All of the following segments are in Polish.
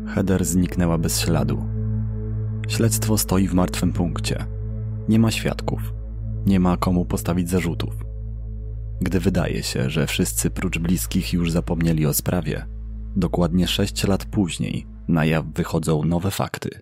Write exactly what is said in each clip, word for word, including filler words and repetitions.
Heather zniknęła bez śladu. Śledztwo stoi w martwym punkcie. Nie ma świadków. Nie ma komu postawić zarzutów. Gdy wydaje się, że wszyscy prócz bliskich już zapomnieli o sprawie, dokładnie sześć lat później na jaw wychodzą nowe fakty.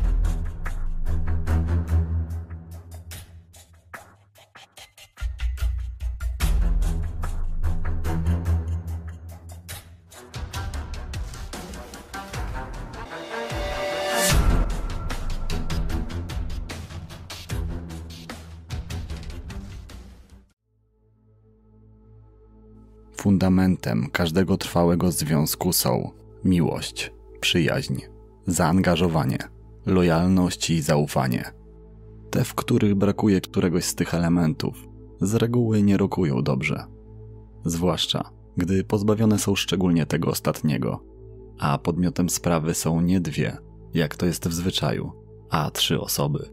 Fundamentem każdego trwałego związku są miłość, przyjaźń, zaangażowanie, lojalność i zaufanie. Te, w których brakuje któregoś z tych elementów, z reguły nie rokują dobrze. Zwłaszcza, gdy pozbawione są szczególnie tego ostatniego, a podmiotem sprawy są nie dwie, jak to jest w zwyczaju, a trzy osoby.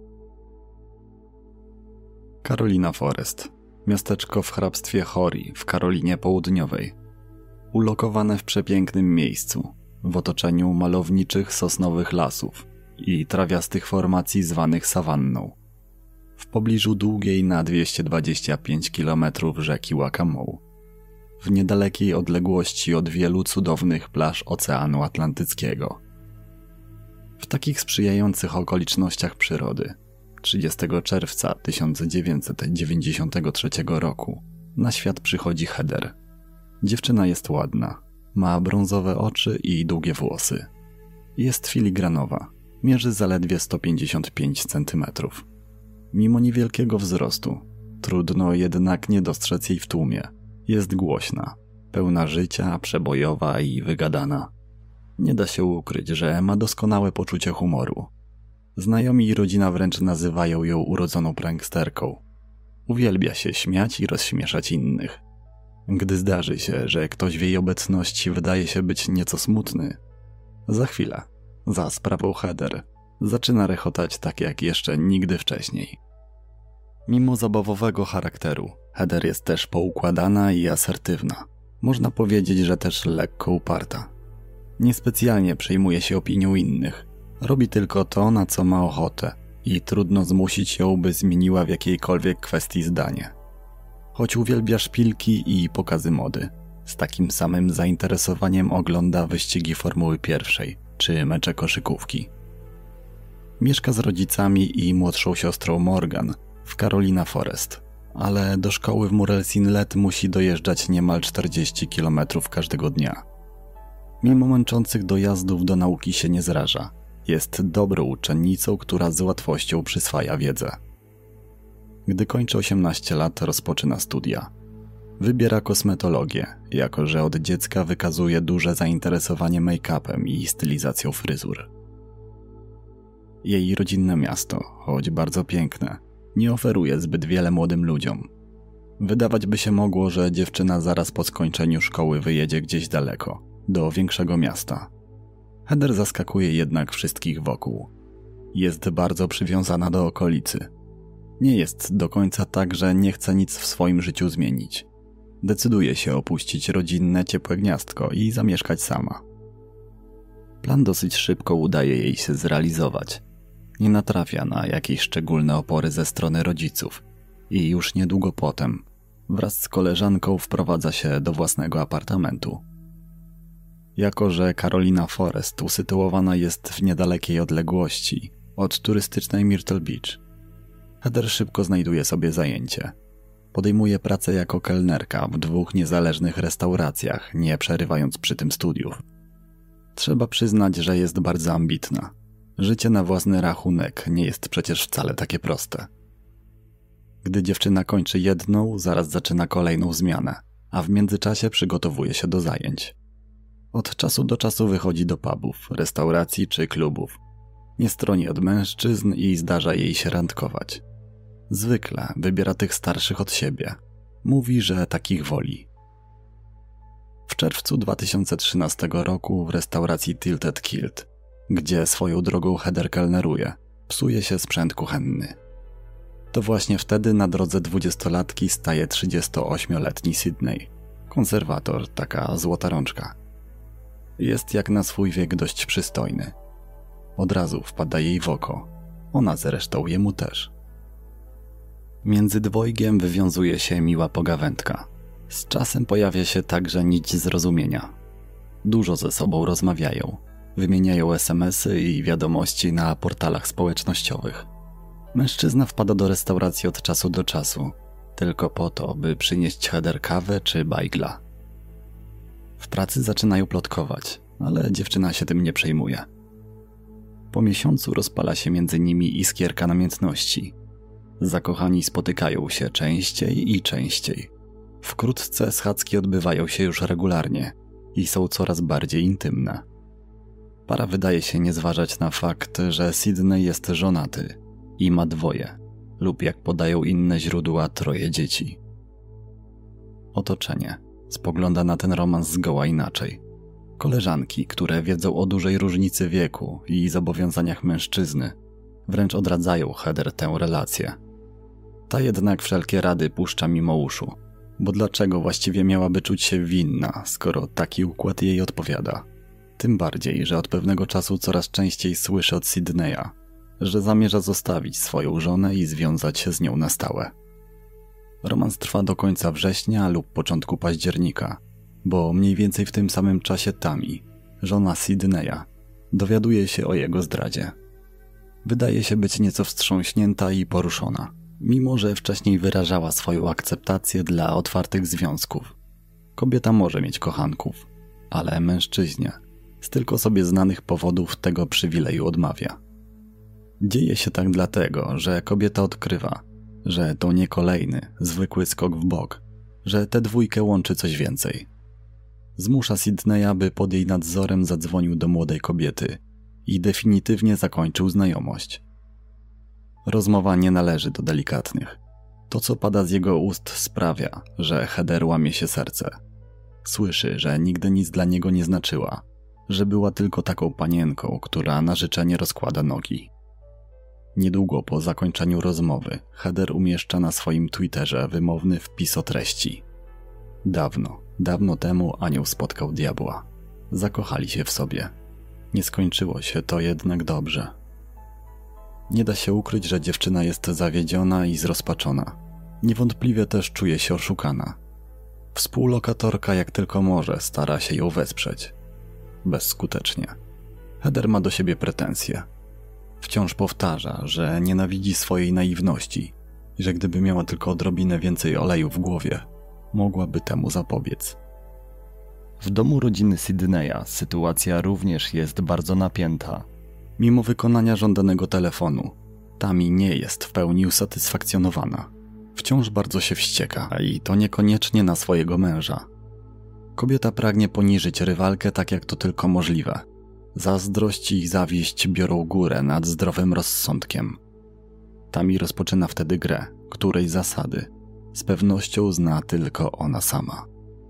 Carolina Forrest. Miasteczko w hrabstwie Horry w Karolinie Południowej. Ulokowane w przepięknym miejscu, w otoczeniu malowniczych sosnowych lasów i trawiastych formacji zwanych sawanną. W pobliżu długiej na dwieście dwadzieścia pięć kilometrów rzeki Waccamaw. W niedalekiej odległości od wielu cudownych plaż Oceanu Atlantyckiego. W takich sprzyjających okolicznościach przyrody trzydziestego czerwca tysiąc dziewięćset dziewięćdziesiątego trzeciego roku na świat przychodzi Heather. Dziewczyna jest ładna, ma brązowe oczy i długie włosy. Jest filigranowa, mierzy zaledwie sto pięćdziesiąt pięć centymetrów. Mimo niewielkiego wzrostu, trudno jednak nie dostrzec jej w tłumie. Jest głośna, pełna życia, przebojowa i wygadana. Nie da się ukryć, że ma doskonałe poczucie humoru. Znajomi i rodzina wręcz nazywają ją urodzoną pranksterką. Uwielbia się śmiać i rozśmieszać innych. Gdy zdarzy się, że ktoś w jej obecności wydaje się być nieco smutny, za chwilę, za sprawą Heather, zaczyna rechotać tak jak jeszcze nigdy wcześniej. Mimo zabawowego charakteru, Heather jest też poukładana i asertywna. Można powiedzieć, że też lekko uparta. Niespecjalnie przejmuje się opinią innych. Robi tylko to, na co ma ochotę i trudno zmusić ją, by zmieniła w jakiejkolwiek kwestii zdanie. Choć uwielbia szpilki i pokazy mody, z takim samym zainteresowaniem ogląda wyścigi Formuły pierwszej czy mecze koszykówki. Mieszka z rodzicami i młodszą siostrą Morgan w Carolina Forrest, ale do szkoły w Murrells Inlet musi dojeżdżać niemal czterdzieści kilometrów każdego dnia. Mimo męczących dojazdów do nauki się nie zraża. Jest dobrą uczennicą, która z łatwością przyswaja wiedzę. Gdy kończy osiemnaście lat, rozpoczyna studia. Wybiera kosmetologię, jako że od dziecka wykazuje duże zainteresowanie make-upem i stylizacją fryzur. Jej rodzinne miasto, choć bardzo piękne, nie oferuje zbyt wiele młodym ludziom. Wydawać by się mogło, że dziewczyna zaraz po skończeniu szkoły wyjedzie gdzieś daleko, do większego miasta. Heather zaskakuje jednak wszystkich wokół. Jest bardzo przywiązana do okolicy. Nie jest do końca tak, że nie chce nic w swoim życiu zmienić. Decyduje się opuścić rodzinne, ciepłe gniazdko i zamieszkać sama. Plan dosyć szybko udaje jej się zrealizować. Nie natrafia na jakieś szczególne opory ze strony rodziców i już niedługo potem, wraz z koleżanką, wprowadza się do własnego apartamentu. Jako że Carolina Forrest usytuowana jest w niedalekiej odległości od turystycznej Myrtle Beach, Heather szybko znajduje sobie zajęcie. Podejmuje pracę jako kelnerka w dwóch niezależnych restauracjach, nie przerywając przy tym studiów. Trzeba przyznać, że jest bardzo ambitna. Życie na własny rachunek nie jest przecież wcale takie proste. Gdy dziewczyna kończy jedną, zaraz zaczyna kolejną zmianę, a w międzyczasie przygotowuje się do zajęć. Od czasu do czasu wychodzi do pubów, restauracji czy klubów. Nie stroni od mężczyzn i zdarza jej się randkować. Zwykle wybiera tych starszych od siebie. Mówi, że takich woli. W czerwcu dwa tysiące trzynastego roku w restauracji Tilted Kilt, gdzie swoją drogą Heather kelneruje, psuje się sprzęt kuchenny. To właśnie wtedy na drodze dwudziestolatki staje trzydziestoośmioletni Sydney, konserwator, taka złota rączka. Jest jak na swój wiek dość przystojny. Od razu wpada jej w oko. Ona zresztą jemu też. Między dwojgiem wywiązuje się miła pogawędka. Z czasem pojawia się także nić zrozumienia. Dużo ze sobą rozmawiają. Wymieniają es em esy i wiadomości na portalach społecznościowych. Mężczyzna wpada do restauracji od czasu do czasu, tylko po to, by przynieść Heather kawę czy bajgla. W pracy zaczynają plotkować, ale dziewczyna się tym nie przejmuje. Po miesiącu rozpala się między nimi iskierka namiętności. Zakochani spotykają się częściej i częściej. Wkrótce schadzki odbywają się już regularnie i są coraz bardziej intymne. Para wydaje się nie zważać na fakt, że Sydney jest żonaty i ma dwoje, lub jak podają inne źródła, troje dzieci. Otoczenie spogląda na ten romans zgoła inaczej. Koleżanki, które wiedzą o dużej różnicy wieku i zobowiązaniach mężczyzny, wręcz odradzają Heather tę relację. Ta jednak wszelkie rady puszcza mimo uszu, bo dlaczego właściwie miałaby czuć się winna, skoro taki układ jej odpowiada? Tym bardziej, że od pewnego czasu coraz częściej słyszy od Sydneya, że zamierza zostawić swoją żonę i związać się z nią na stałe. Romans trwa do końca września lub początku października, bo mniej więcej w tym samym czasie Tammy, żona Sydneya, dowiaduje się o jego zdradzie. Wydaje się być nieco wstrząśnięta i poruszona, mimo że wcześniej wyrażała swoją akceptację dla otwartych związków. Kobieta może mieć kochanków, ale mężczyźnie z tylko sobie znanych powodów tego przywileju odmawia. Dzieje się tak dlatego, że kobieta odkrywa, że to nie kolejny, zwykły skok w bok, że tę dwójkę łączy coś więcej. Zmusza Sydneya, by pod jej nadzorem zadzwonił do młodej kobiety i definitywnie zakończył znajomość. Rozmowa nie należy do delikatnych. To, co pada z jego ust, sprawia, że Heather łamie się serce. Słyszy, że nigdy nic dla niego nie znaczyła, że była tylko taką panienką, która na życzenie rozkłada nogi. Niedługo po zakończeniu rozmowy Heather umieszcza na swoim Twitterze wymowny wpis o treści: Dawno, dawno temu anioł spotkał diabła. Zakochali się w sobie. Nie skończyło się to jednak dobrze. Nie da się ukryć, że dziewczyna jest zawiedziona i zrozpaczona. Niewątpliwie też czuje się oszukana. Współlokatorka jak tylko może stara się ją wesprzeć. Bezskutecznie. Heather ma do siebie pretensje. Wciąż powtarza, że nienawidzi swojej naiwności i że gdyby miała tylko odrobinę więcej oleju w głowie, mogłaby temu zapobiec. W domu rodziny Sydneya sytuacja również jest bardzo napięta. Mimo wykonania żądanego telefonu, Tammy nie jest w pełni usatysfakcjonowana. Wciąż bardzo się wścieka i to niekoniecznie na swojego męża. Kobieta pragnie poniżyć rywalkę tak jak to tylko możliwe. Zazdrość i zawiść biorą górę nad zdrowym rozsądkiem. Tammy rozpoczyna wtedy grę, której zasady z pewnością zna tylko ona sama.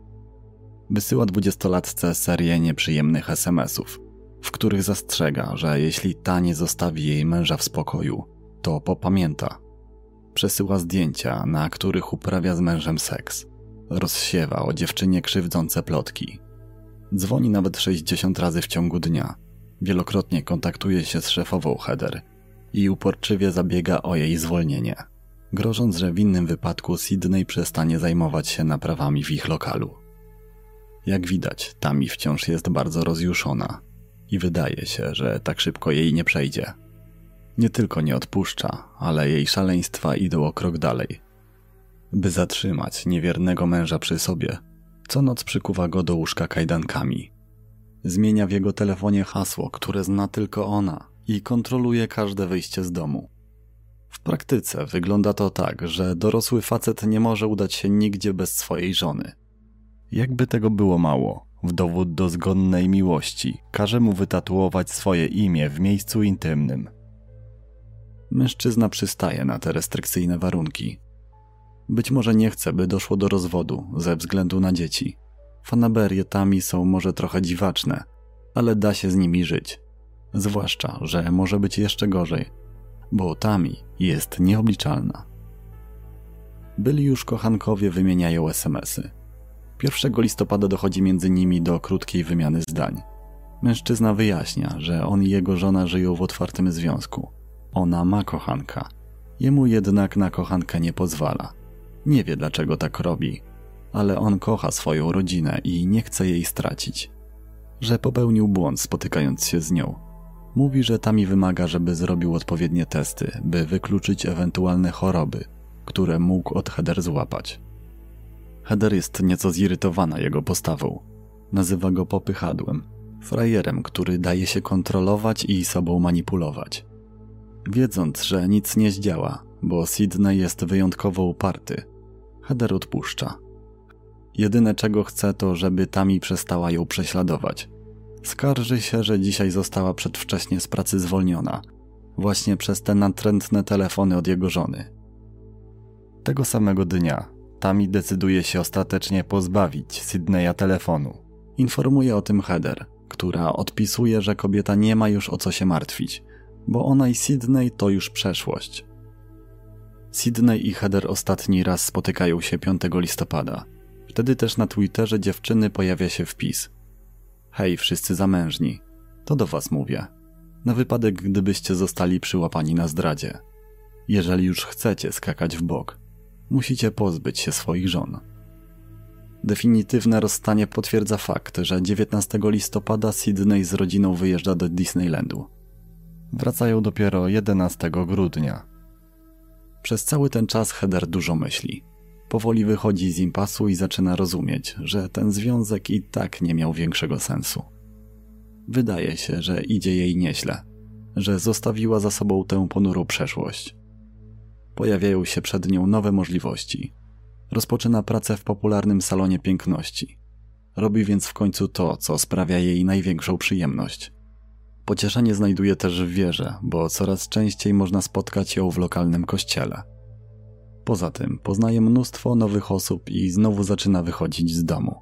Wysyła dwudziestolatce serię nieprzyjemnych es em esów, w których zastrzega, że jeśli ta nie zostawi jej męża w spokoju, to popamięta. Przesyła zdjęcia, na których uprawia z mężem seks. Rozsiewa o dziewczynie krzywdzące plotki. Dzwoni nawet sześćdziesiąt razy w ciągu dnia. Wielokrotnie kontaktuje się z szefową Heather i uporczywie zabiega o jej zwolnienie, grożąc, że w innym wypadku Sydney przestanie zajmować się naprawami w ich lokalu. Jak widać, Tammy wciąż jest bardzo rozjuszona i wydaje się, że tak szybko jej nie przejdzie. Nie tylko nie odpuszcza, ale jej szaleństwa idą o krok dalej. By zatrzymać niewiernego męża przy sobie, co noc przykuwa go do łóżka kajdankami. Zmienia w jego telefonie hasło, które zna tylko ona i kontroluje każde wyjście z domu. W praktyce wygląda to tak, że dorosły facet nie może udać się nigdzie bez swojej żony. Jakby tego było mało, w dowód do zgonnej miłości każe mu wytatuować swoje imię w miejscu intymnym. Mężczyzna przystaje na te restrykcyjne warunki. Być może nie chce, by doszło do rozwodu ze względu na dzieci. Fanaberie Tammy są może trochę dziwaczne, ale da się z nimi żyć. Zwłaszcza, że może być jeszcze gorzej, bo Tammy jest nieobliczalna. Byli już kochankowie wymieniają es em esy. pierwszego listopada dochodzi między nimi do krótkiej wymiany zdań. Mężczyzna wyjaśnia, że on i jego żona żyją w otwartym związku. Ona ma kochanka. Jemu jednak na kochankę nie pozwala. Nie wie, dlaczego tak robi, ale on kocha swoją rodzinę i nie chce jej stracić. Że popełnił błąd, spotykając się z nią. Mówi, że Tammy wymaga, żeby zrobił odpowiednie testy, by wykluczyć ewentualne choroby, które mógł od Heather złapać. Heather jest nieco zirytowana jego postawą. Nazywa go popychadłem, frajerem, który daje się kontrolować i sobą manipulować. Wiedząc, że nic nie zdziała, bo Sydney jest wyjątkowo uparty, Heather odpuszcza. Jedyne czego chce to, żeby Tammy przestała ją prześladować. Skarży się, że dzisiaj została przedwcześnie z pracy zwolniona, właśnie przez te natrętne telefony od jego żony. Tego samego dnia Tammy decyduje się ostatecznie pozbawić Sydneya telefonu. Informuje o tym Heather, która odpisuje, że kobieta nie ma już o co się martwić, bo ona i Sydney to już przeszłość. Sydney i Heather ostatni raz spotykają się piątego listopada. Wtedy też na Twitterze dziewczyny pojawia się wpis: hej, wszyscy zamężni, to do was mówię. Na wypadek, gdybyście zostali przyłapani na zdradzie. Jeżeli już chcecie skakać w bok, musicie pozbyć się swoich żon. Definitywne rozstanie potwierdza fakt, że dziewiętnastego listopada Sydney z rodziną wyjeżdża do Disneylandu. Wracają dopiero jedenastego grudnia. Przez cały ten czas Heather dużo myśli. Powoli wychodzi z impasu i zaczyna rozumieć, że ten związek i tak nie miał większego sensu. Wydaje się, że idzie jej nieźle, że zostawiła za sobą tę ponurą przeszłość. Pojawiają się przed nią nowe możliwości. Rozpoczyna pracę w popularnym salonie piękności. Robi więc w końcu to, co sprawia jej największą przyjemność. Pocieszenie znajduje też w wierze, bo coraz częściej można spotkać ją w lokalnym kościele. Poza tym poznaje mnóstwo nowych osób i znowu zaczyna wychodzić z domu.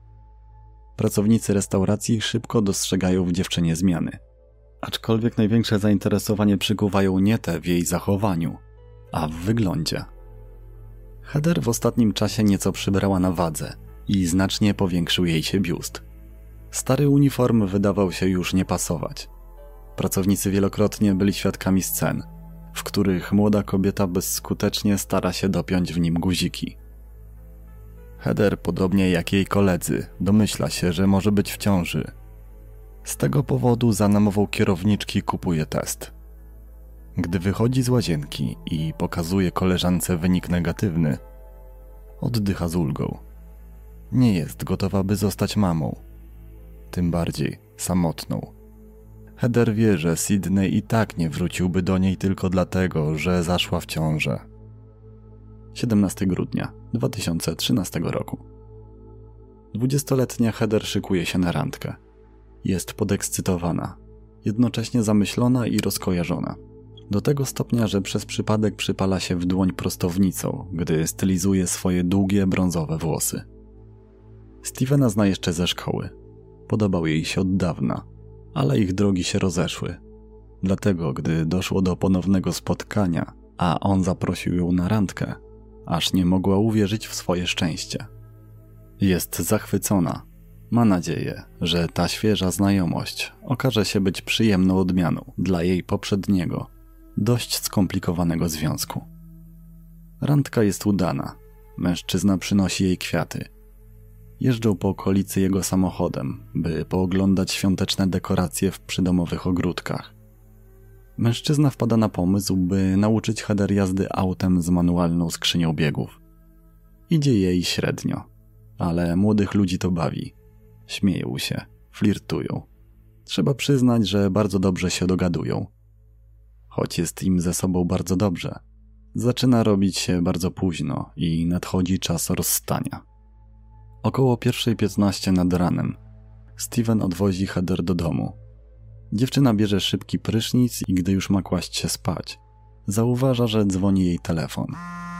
Pracownicy restauracji szybko dostrzegają w dziewczynie zmiany. Aczkolwiek największe zainteresowanie przykuwają nie te w jej zachowaniu, a w wyglądzie. Heather w ostatnim czasie nieco przybrała na wadze i znacznie powiększył jej się biust. Stary uniform wydawał się już nie pasować. Pracownicy wielokrotnie byli świadkami scen, w których młoda kobieta bezskutecznie stara się dopiąć w nim guziki. Heather, podobnie jak jej koledzy, domyśla się, że może być w ciąży. Z tego powodu za namową kierowniczki kupuje test. Gdy wychodzi z łazienki i pokazuje koleżance wynik negatywny, oddycha z ulgą. Nie jest gotowa, by zostać mamą. Tym bardziej samotną. Heather wie, że Sydney i tak nie wróciłby do niej tylko dlatego, że zaszła w ciążę. siedemnastego grudnia dwa tysiące trzynastego roku. Dwudziestoletnia Heather szykuje się na randkę. Jest podekscytowana, jednocześnie zamyślona i rozkojarzona. Do tego stopnia, że przez przypadek przypala się w dłoń prostownicą, gdy stylizuje swoje długie, brązowe włosy. Stevena zna jeszcze ze szkoły. Podobał jej się od dawna, ale ich drogi się rozeszły. Dlatego, gdy doszło do ponownego spotkania, a on zaprosił ją na randkę, aż nie mogła uwierzyć w swoje szczęście. Jest zachwycona. Ma nadzieję, że ta świeża znajomość okaże się być przyjemną odmianą dla jej poprzedniego, dość skomplikowanego związku. Randka jest udana. Mężczyzna przynosi jej kwiaty. Jeżdżą po okolicy jego samochodem, by pooglądać świąteczne dekoracje w przydomowych ogródkach. Mężczyzna wpada na pomysł, by nauczyć Heather jazdy autem z manualną skrzynią biegów. Idzie jej średnio, ale młodych ludzi to bawi. Śmieją się, flirtują. Trzeba przyznać, że bardzo dobrze się dogadują. Choć jest im ze sobą bardzo dobrze, zaczyna robić się bardzo późno i nadchodzi czas rozstania. Około pierwsza piętnaście nad ranem Steven odwozi Heather do domu. Dziewczyna bierze szybki prysznic i gdy już ma kłaść się spać, zauważa, że dzwoni jej telefon.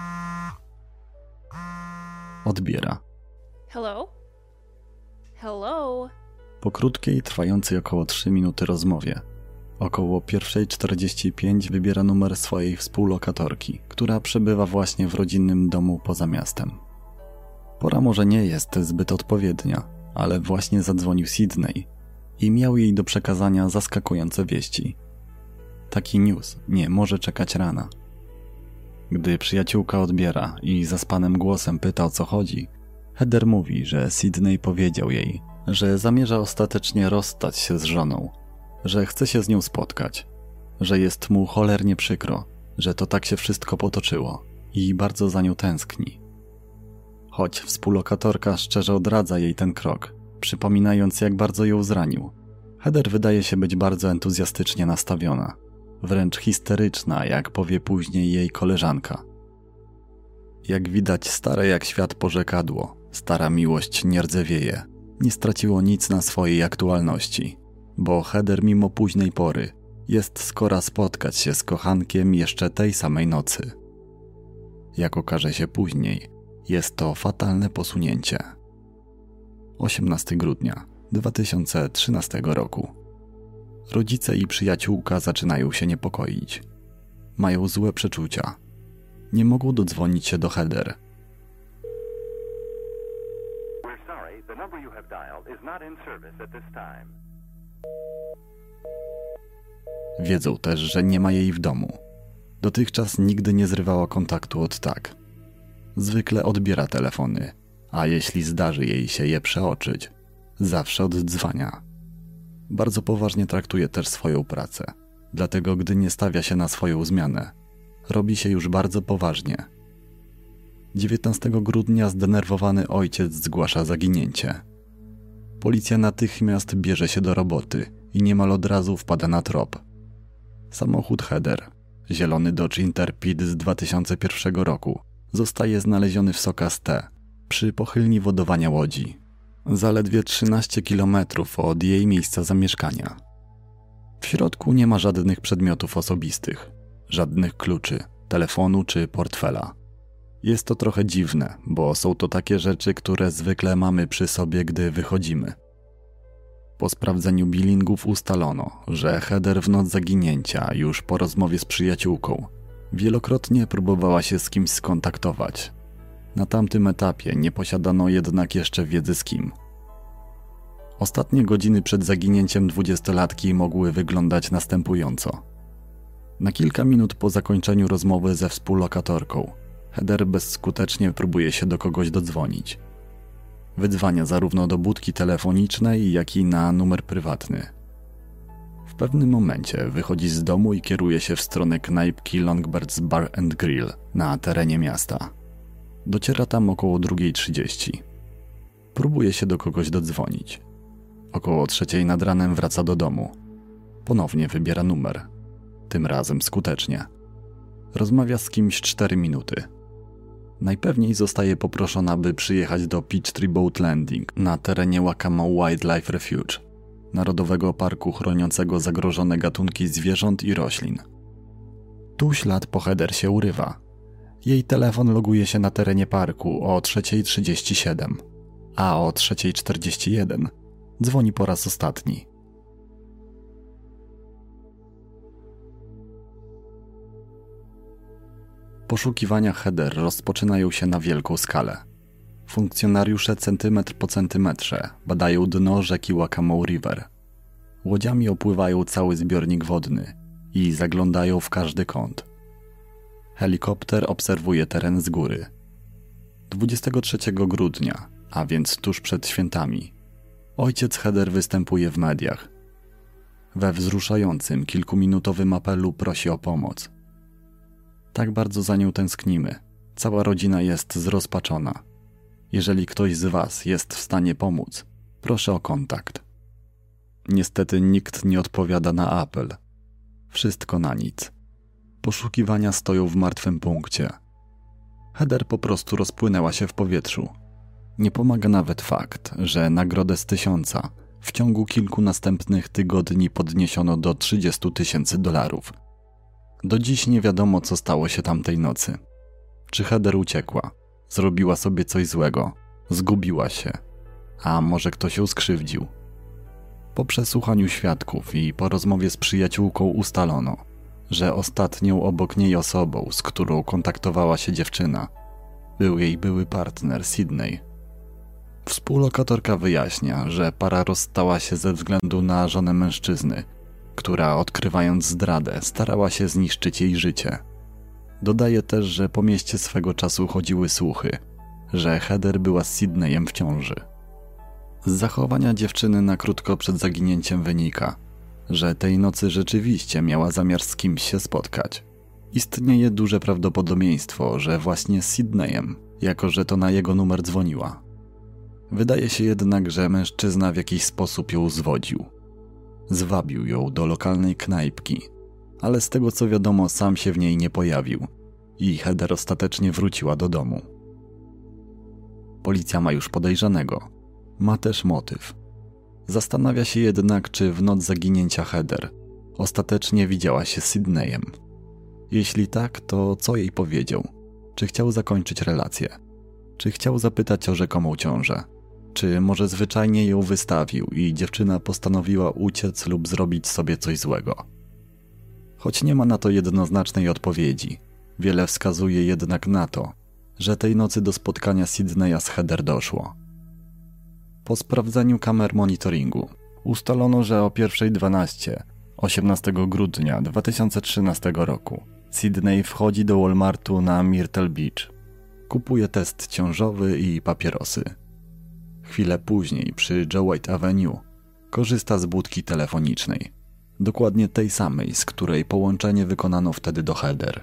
Odbiera. Hello? Hello? Po krótkiej, trwającej około trzy minuty rozmowie, około pierwsza czterdzieści pięć wybiera numer swojej współlokatorki, która przebywa właśnie w rodzinnym domu poza miastem. Pora może nie jest zbyt odpowiednia, ale właśnie zadzwonił Sydney. i miał jej do przekazania zaskakujące wieści. Taki news nie może czekać rana. Gdy przyjaciółka odbiera i zaspanym głosem pyta, o co chodzi, Heather mówi, że Sydney powiedział jej, że zamierza ostatecznie rozstać się z żoną, że chce się z nią spotkać, że jest mu cholernie przykro, że to tak się wszystko potoczyło i bardzo za nią tęskni. Choć współlokatorka szczerze odradza jej ten krok, przypominając, jak bardzo ją zranił, Heather wydaje się być bardzo entuzjastycznie nastawiona, wręcz histeryczna, jak powie później jej koleżanka. Jak widać, stare jak świat porzekadło, stara miłość nie rdzewieje, nie straciło nic na swojej aktualności, bo Heather mimo późnej pory jest skora spotkać się z kochankiem jeszcze tej samej nocy. Jak okaże się później, jest to fatalne posunięcie. osiemnastego grudnia dwa tysiące trzynastego roku. Rodzice i przyjaciółka zaczynają się niepokoić. Mają złe przeczucia. Nie mogą dodzwonić się do Heather. Wiedzą też, że nie ma jej w domu. Dotychczas nigdy nie zrywała kontaktu od tak. Zwykle odbiera telefony, a jeśli zdarzy jej się je przeoczyć, zawsze oddzwania. Bardzo poważnie traktuje też swoją pracę, dlatego gdy nie stawia się na swoją zmianę, robi się już bardzo poważnie. dziewiętnastego grudnia zdenerwowany ojciec zgłasza zaginięcie. Policja natychmiast bierze się do roboty i niemal od razu wpada na trop. Samochód Heather, zielony Dodge Intrepid z dwa tysiące pierwszego roku, zostaje znaleziony w Socas T, przy pochylni wodowania łodzi, zaledwie trzynaście kilometrów od jej miejsca zamieszkania. W środku nie ma żadnych przedmiotów osobistych, żadnych kluczy, telefonu czy portfela. Jest to trochę dziwne, bo są to takie rzeczy, które zwykle mamy przy sobie, gdy wychodzimy. Po sprawdzeniu billingów ustalono, że Heather w noc zaginięcia, już po rozmowie z przyjaciółką, wielokrotnie próbowała się z kimś skontaktować. Na tamtym etapie nie posiadano jednak jeszcze wiedzy z kim. Ostatnie godziny przed zaginięciem dwudziestolatki mogły wyglądać następująco. Na kilka minut po zakończeniu rozmowy ze współlokatorką, Heather bezskutecznie próbuje się do kogoś dodzwonić. Wydzwania zarówno do budki telefonicznej, jak i na numer prywatny. W pewnym momencie wychodzi z domu i kieruje się w stronę knajpki Longbird's Bar and Grill na terenie miasta. Dociera tam około drugiej trzydzieści. Próbuje się do kogoś dodzwonić. Około trzeciej nad ranem wraca do domu. Ponownie wybiera numer. Tym razem skutecznie. Rozmawia z kimś cztery minuty. Najpewniej zostaje poproszona, by przyjechać do Peachtree Boat Landing na terenie Waccamaw Wildlife Refuge, narodowego parku chroniącego zagrożone gatunki zwierząt i roślin. Tu ślad po Heather się urywa. Jej telefon loguje się na terenie parku o trzeciej trzydzieści siedem, a o trzeciej czterdzieści jeden dzwoni po raz ostatni. Poszukiwania Heather rozpoczynają się na wielką skalę. Funkcjonariusze centymetr po centymetrze badają dno rzeki Waccamaw River. Łodziami opływają cały zbiornik wodny i zaglądają w każdy kąt. Helikopter obserwuje teren z góry. dwudziestego trzeciego grudnia, a więc tuż przed świętami, ojciec Heather występuje w mediach. We wzruszającym, kilkuminutowym apelu prosi o pomoc. Tak bardzo za nią tęsknimy. Cała rodzina jest zrozpaczona. Jeżeli ktoś z was jest w stanie pomóc, proszę o kontakt. Niestety nikt nie odpowiada na apel. Wszystko na nic. Poszukiwania stoją w martwym punkcie. Heather po prostu rozpłynęła się w powietrzu. Nie pomaga nawet fakt, że nagrodę z tysiąca w ciągu kilku następnych tygodni podniesiono do trzydziestu tysięcy dolarów. Do dziś nie wiadomo, co stało się tamtej nocy. Czy Heather uciekła, zrobiła sobie coś złego, zgubiła się, a może ktoś ją skrzywdził. Po przesłuchaniu świadków i po rozmowie z przyjaciółką ustalono, że ostatnią obok niej osobą, z którą kontaktowała się dziewczyna, był jej były partner Sydney. Współlokatorka wyjaśnia, że para rozstała się ze względu na żonę mężczyzny, która odkrywając zdradę starała się zniszczyć jej życie. Dodaje też, że po mieście swego czasu chodziły słuchy, że Heather była z Sydneyem w ciąży. Z zachowania dziewczyny na krótko przed zaginięciem wynika, że tej nocy rzeczywiście miała zamiar z kimś się spotkać. Istnieje duże prawdopodobieństwo, że właśnie z Sydneyem, jako że to na jego numer dzwoniła. Wydaje się jednak, że mężczyzna w jakiś sposób ją zwodził. Zwabił ją do lokalnej knajpki, ale z tego co wiadomo sam się w niej nie pojawił i Heather ostatecznie wróciła do domu. Policja ma już podejrzanego. Ma też motyw. Zastanawia się jednak, czy w noc zaginięcia Heather ostatecznie widziała się z Sydneyem. Jeśli tak, to co jej powiedział? Czy chciał zakończyć relację? Czy chciał zapytać o rzekomą ciążę? Czy może zwyczajnie ją wystawił i dziewczyna postanowiła uciec lub zrobić sobie coś złego? Choć nie ma na to jednoznacznej odpowiedzi, wiele wskazuje jednak na to, że tej nocy do spotkania Sydneya z Heather doszło. Po sprawdzeniu kamer monitoringu ustalono, że o pierwsza dwanaście osiemnastego grudnia dwa tysiące trzynastego roku Sydney wchodzi do Walmartu na Myrtle Beach. Kupuje test ciążowy i papierosy. Chwilę później przy Joe White Avenue korzysta z budki telefonicznej, dokładnie tej samej, z której połączenie wykonano wtedy do Heather.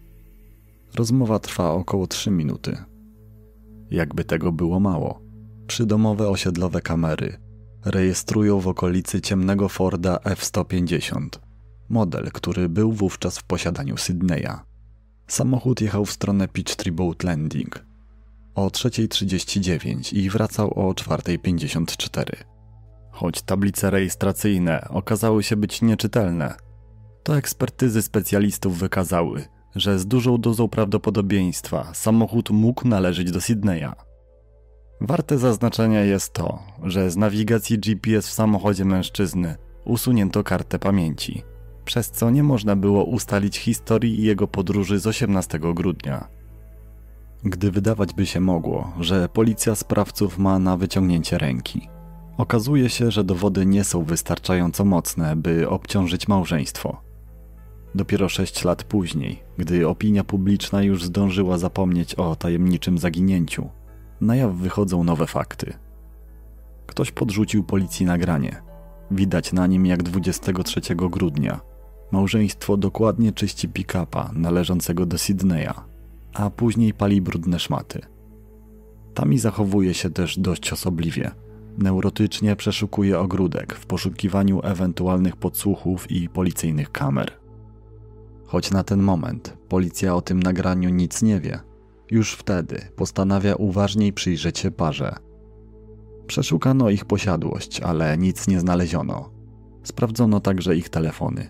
Rozmowa trwa około trzy minuty. Jakby tego było mało, przydomowe osiedlowe kamery rejestrują w okolicy ciemnego Forda F sto pięćdziesiąt, model, który był wówczas w posiadaniu Sydneya. Samochód jechał w stronę Peachtree Boat Landing o trzeciej trzydzieści dziewięć i wracał o czwartej pięćdziesiąt cztery. Choć tablice rejestracyjne okazały się być nieczytelne, to ekspertyzy specjalistów wykazały, że z dużą dozą prawdopodobieństwa samochód mógł należeć do Sydneya. Warte zaznaczenia jest to, że z nawigacji G P S w samochodzie mężczyzny usunięto kartę pamięci, przez co nie można było ustalić historii jego podróży z osiemnastego grudnia. Gdy wydawać by się mogło, że policja sprawców ma na wyciągnięcie ręki, okazuje się, że dowody nie są wystarczająco mocne, by obciążyć małżeństwo. Dopiero sześć lat później, gdy opinia publiczna już zdążyła zapomnieć o tajemniczym zaginięciu, na jaw wychodzą nowe fakty. Ktoś podrzucił policji nagranie. Widać na nim, jak dwudziestego trzeciego grudnia małżeństwo dokładnie czyści pick-upa należącego do Sydneya, a później pali brudne szmaty. Tami zachowuje się też dość osobliwie. Neurotycznie przeszukuje ogródek w poszukiwaniu ewentualnych podsłuchów i policyjnych kamer. Choć na ten moment policja o tym nagraniu nic nie wie, już wtedy postanawia uważniej przyjrzeć się parze. Przeszukano ich posiadłość, ale nic nie znaleziono. Sprawdzono także ich telefony.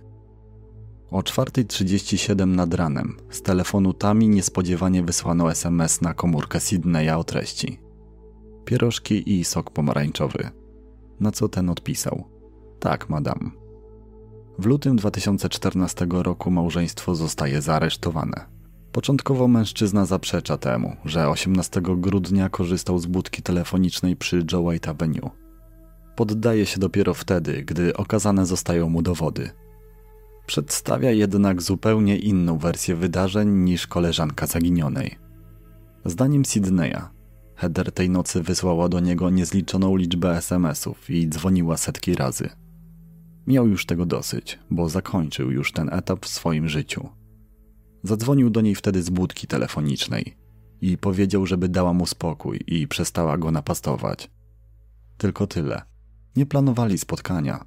O czwartej trzydzieści siedem nad ranem z telefonu Tami niespodziewanie wysłano S M S na komórkę Sydneya o treści: pierożki i sok pomarańczowy. Na co ten odpisał: tak, madam. W lutym dwa tysiące czternastego roku małżeństwo zostaje zaaresztowane. Początkowo mężczyzna zaprzecza temu, że osiemnastego grudnia korzystał z budki telefonicznej przy Joe White Avenue. Poddaje się dopiero wtedy, gdy okazane zostają mu dowody. Przedstawia jednak zupełnie inną wersję wydarzeń niż koleżanka zaginionej. Zdaniem Sydneya, Heather tej nocy wysłała do niego niezliczoną liczbę S M S-ów i dzwoniła setki razy. Miał już tego dosyć, bo zakończył już ten etap w swoim życiu. Zadzwonił do niej wtedy z budki telefonicznej i powiedział, żeby dała mu spokój i przestała go napastować. Tylko tyle. Nie planowali spotkania.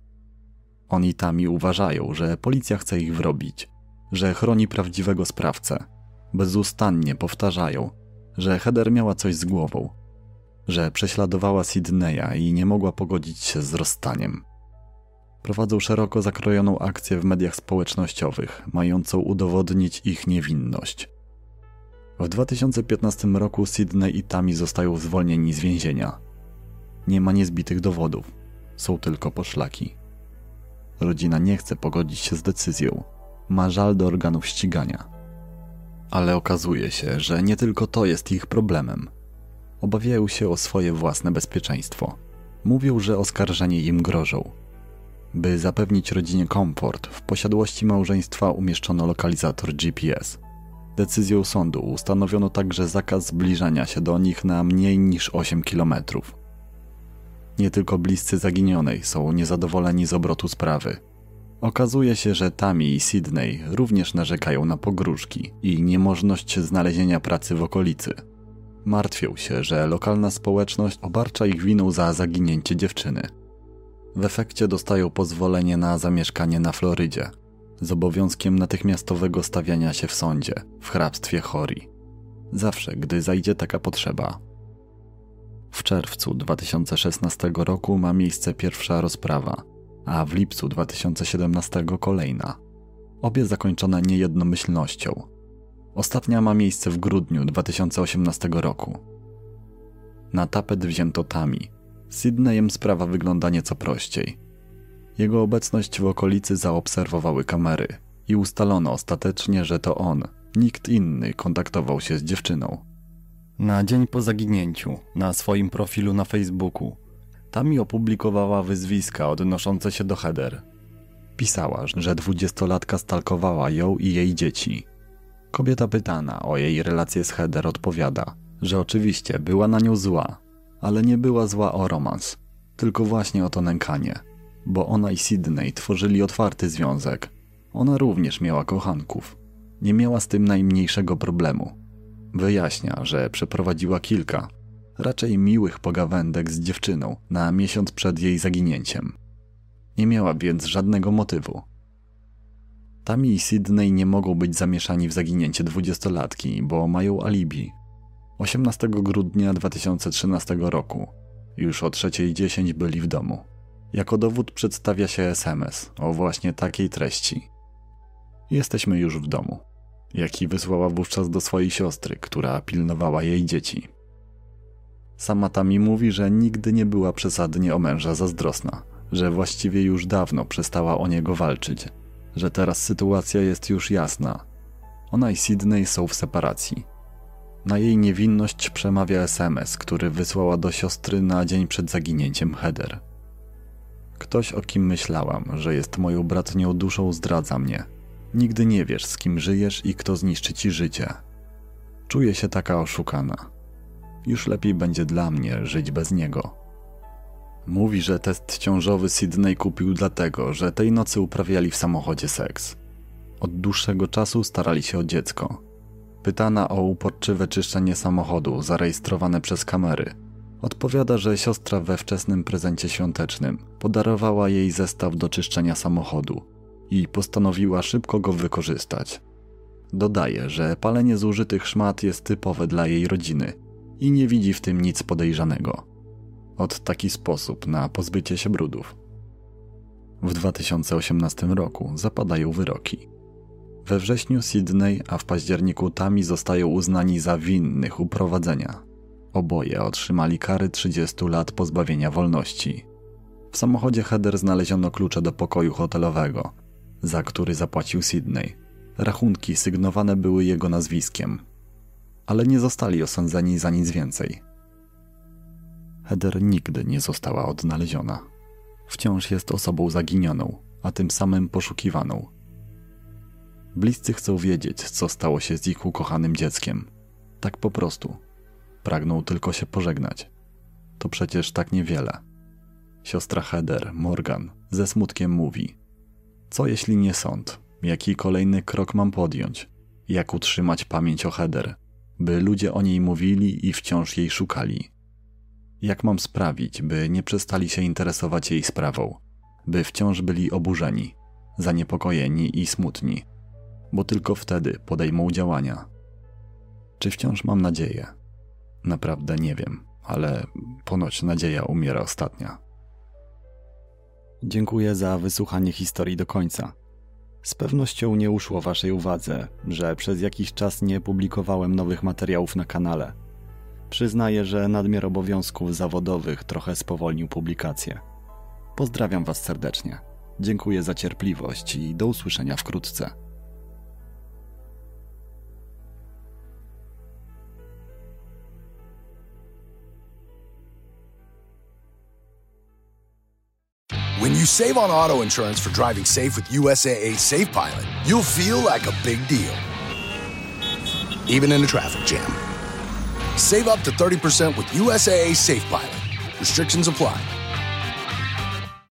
On i Tami uważają, że policja chce ich wrobić, że chroni prawdziwego sprawcę. Bezustannie powtarzają, że Heather miała coś z głową, że prześladowała Sydneya i nie mogła pogodzić się z rozstaniem. Prowadzą szeroko zakrojoną akcję w mediach społecznościowych, mającą udowodnić ich niewinność. W dwa tysiące piętnastym roku Sydney i Tami zostają zwolnieni z więzienia. Nie ma niezbitych dowodów, są tylko poszlaki. Rodzina nie chce pogodzić się z decyzją, ma żal do organów ścigania. Ale okazuje się, że nie tylko to jest ich problemem. Obawiają się o swoje własne bezpieczeństwo. Mówią, że oskarżenie im grożą. By zapewnić rodzinie komfort, w posiadłości małżeństwa umieszczono lokalizator G P S. Decyzją sądu ustanowiono także zakaz zbliżania się do nich na mniej niż osiem kilometrów. Nie tylko bliscy zaginionej są niezadowoleni z obrotu sprawy. Okazuje się, że Tammy i Sydney również narzekają na pogróżki i niemożność znalezienia pracy w okolicy. Martwią się, że lokalna społeczność obarcza ich winą za zaginięcie dziewczyny. W efekcie dostają pozwolenie na zamieszkanie na Florydzie, z obowiązkiem natychmiastowego stawiania się w sądzie w hrabstwie Horry. Zawsze, gdy zajdzie taka potrzeba. W czerwcu dwa tysiące szesnastego roku ma miejsce pierwsza rozprawa, a w lipcu dwa tysiące siedemnastego kolejna. Obie zakończone niejednomyślnością. Ostatnia ma miejsce w grudniu dwa tysiące osiemnastego roku. Na tapet wzięto Tammy. Z Sydneyem sprawa wygląda nieco prościej. Jego obecność w okolicy zaobserwowały kamery i ustalono ostatecznie, że to on, nikt inny, kontaktował się z dziewczyną. Na dzień po zaginięciu, na swoim profilu na Facebooku, Tammy opublikowała wyzwiska odnoszące się do Heather. Pisała, że dwudziestolatka stalkowała ją i jej dzieci. Kobieta pytana o jej relację z Heather odpowiada, że oczywiście była na nią zła, ale nie była zła o romans, tylko właśnie o to nękanie, bo ona i Sydney tworzyli otwarty związek. Ona również miała kochanków. Nie miała z tym najmniejszego problemu. Wyjaśnia, że przeprowadziła kilka, raczej miłych pogawędek z dziewczyną na miesiąc przed jej zaginięciem. Nie miała więc żadnego motywu. Tammy i Sydney nie mogą być zamieszani w zaginięcie dwudziestolatki, bo mają alibi. osiemnastego grudnia dwa tysiące trzynastego roku, już o trzeciej dziesięć byli w domu. Jako dowód przedstawia się S M S o właśnie takiej treści. Jesteśmy już w domu, jaki wysłała wówczas do swojej siostry, która pilnowała jej dzieci. Sama Tammy mówi, że nigdy nie była przesadnie o męża zazdrosna, że właściwie już dawno przestała o niego walczyć, że teraz sytuacja jest już jasna. Ona i Sydney są w separacji. Na jej niewinność przemawia S M S, który wysłała do siostry na dzień przed zaginięciem Heather. Ktoś, o kim myślałam, że jest moją bratnią duszą, zdradza mnie. Nigdy nie wiesz, z kim żyjesz i kto zniszczy ci życie. Czuję się taka oszukana. Już lepiej będzie dla mnie żyć bez niego. Mówi, że test ciążowy Sydney kupił dlatego, że tej nocy uprawiali w samochodzie seks. Od dłuższego czasu starali się o dziecko. Pytana o uporczywe czyszczenie samochodu zarejestrowane przez kamery, odpowiada, że siostra we wczesnym prezencie świątecznym podarowała jej zestaw do czyszczenia samochodu i postanowiła szybko go wykorzystać. Dodaje, że palenie zużytych szmat jest typowe dla jej rodziny i nie widzi w tym nic podejrzanego. Od taki sposób na pozbycie się brudów. W dwa tysiące osiemnastym roku zapadają wyroki. We wrześniu Sydney, a w październiku Tammy zostają uznani za winnych uprowadzenia. Oboje otrzymali kary trzydziestu lat pozbawienia wolności. W samochodzie Heather znaleziono klucze do pokoju hotelowego, za który zapłacił Sydney. Rachunki sygnowane były jego nazwiskiem, ale nie zostali osądzeni za nic więcej. Heather nigdy nie została odnaleziona. Wciąż jest osobą zaginioną, a tym samym poszukiwaną. Bliscy chcą wiedzieć, co stało się z ich ukochanym dzieckiem. Tak po prostu. Pragną tylko się pożegnać. To przecież tak niewiele. Siostra Heather, Morgan, ze smutkiem mówi: co jeśli nie sąd? Jaki kolejny krok mam podjąć? Jak utrzymać pamięć o Heather, by ludzie o niej mówili i wciąż jej szukali? Jak mam sprawić, by nie przestali się interesować jej sprawą, by wciąż byli oburzeni, zaniepokojeni i smutni, bo tylko wtedy podejmą działania? Czy wciąż mam nadzieję? Naprawdę nie wiem, ale ponoć nadzieja umiera ostatnia. Dziękuję za wysłuchanie historii do końca. Z pewnością nie uszło waszej uwadze, że przez jakiś czas nie publikowałem nowych materiałów na kanale. Przyznaję, że nadmiar obowiązków zawodowych trochę spowolnił publikację. Pozdrawiam was serdecznie. Dziękuję za cierpliwość i do usłyszenia wkrótce. save on auto insurance for driving safe with U S A A Safe Pilot, you'll feel like a big deal, even in a traffic jam. Save up to thirty percent with U S A A Safe Pilot. Restrictions apply.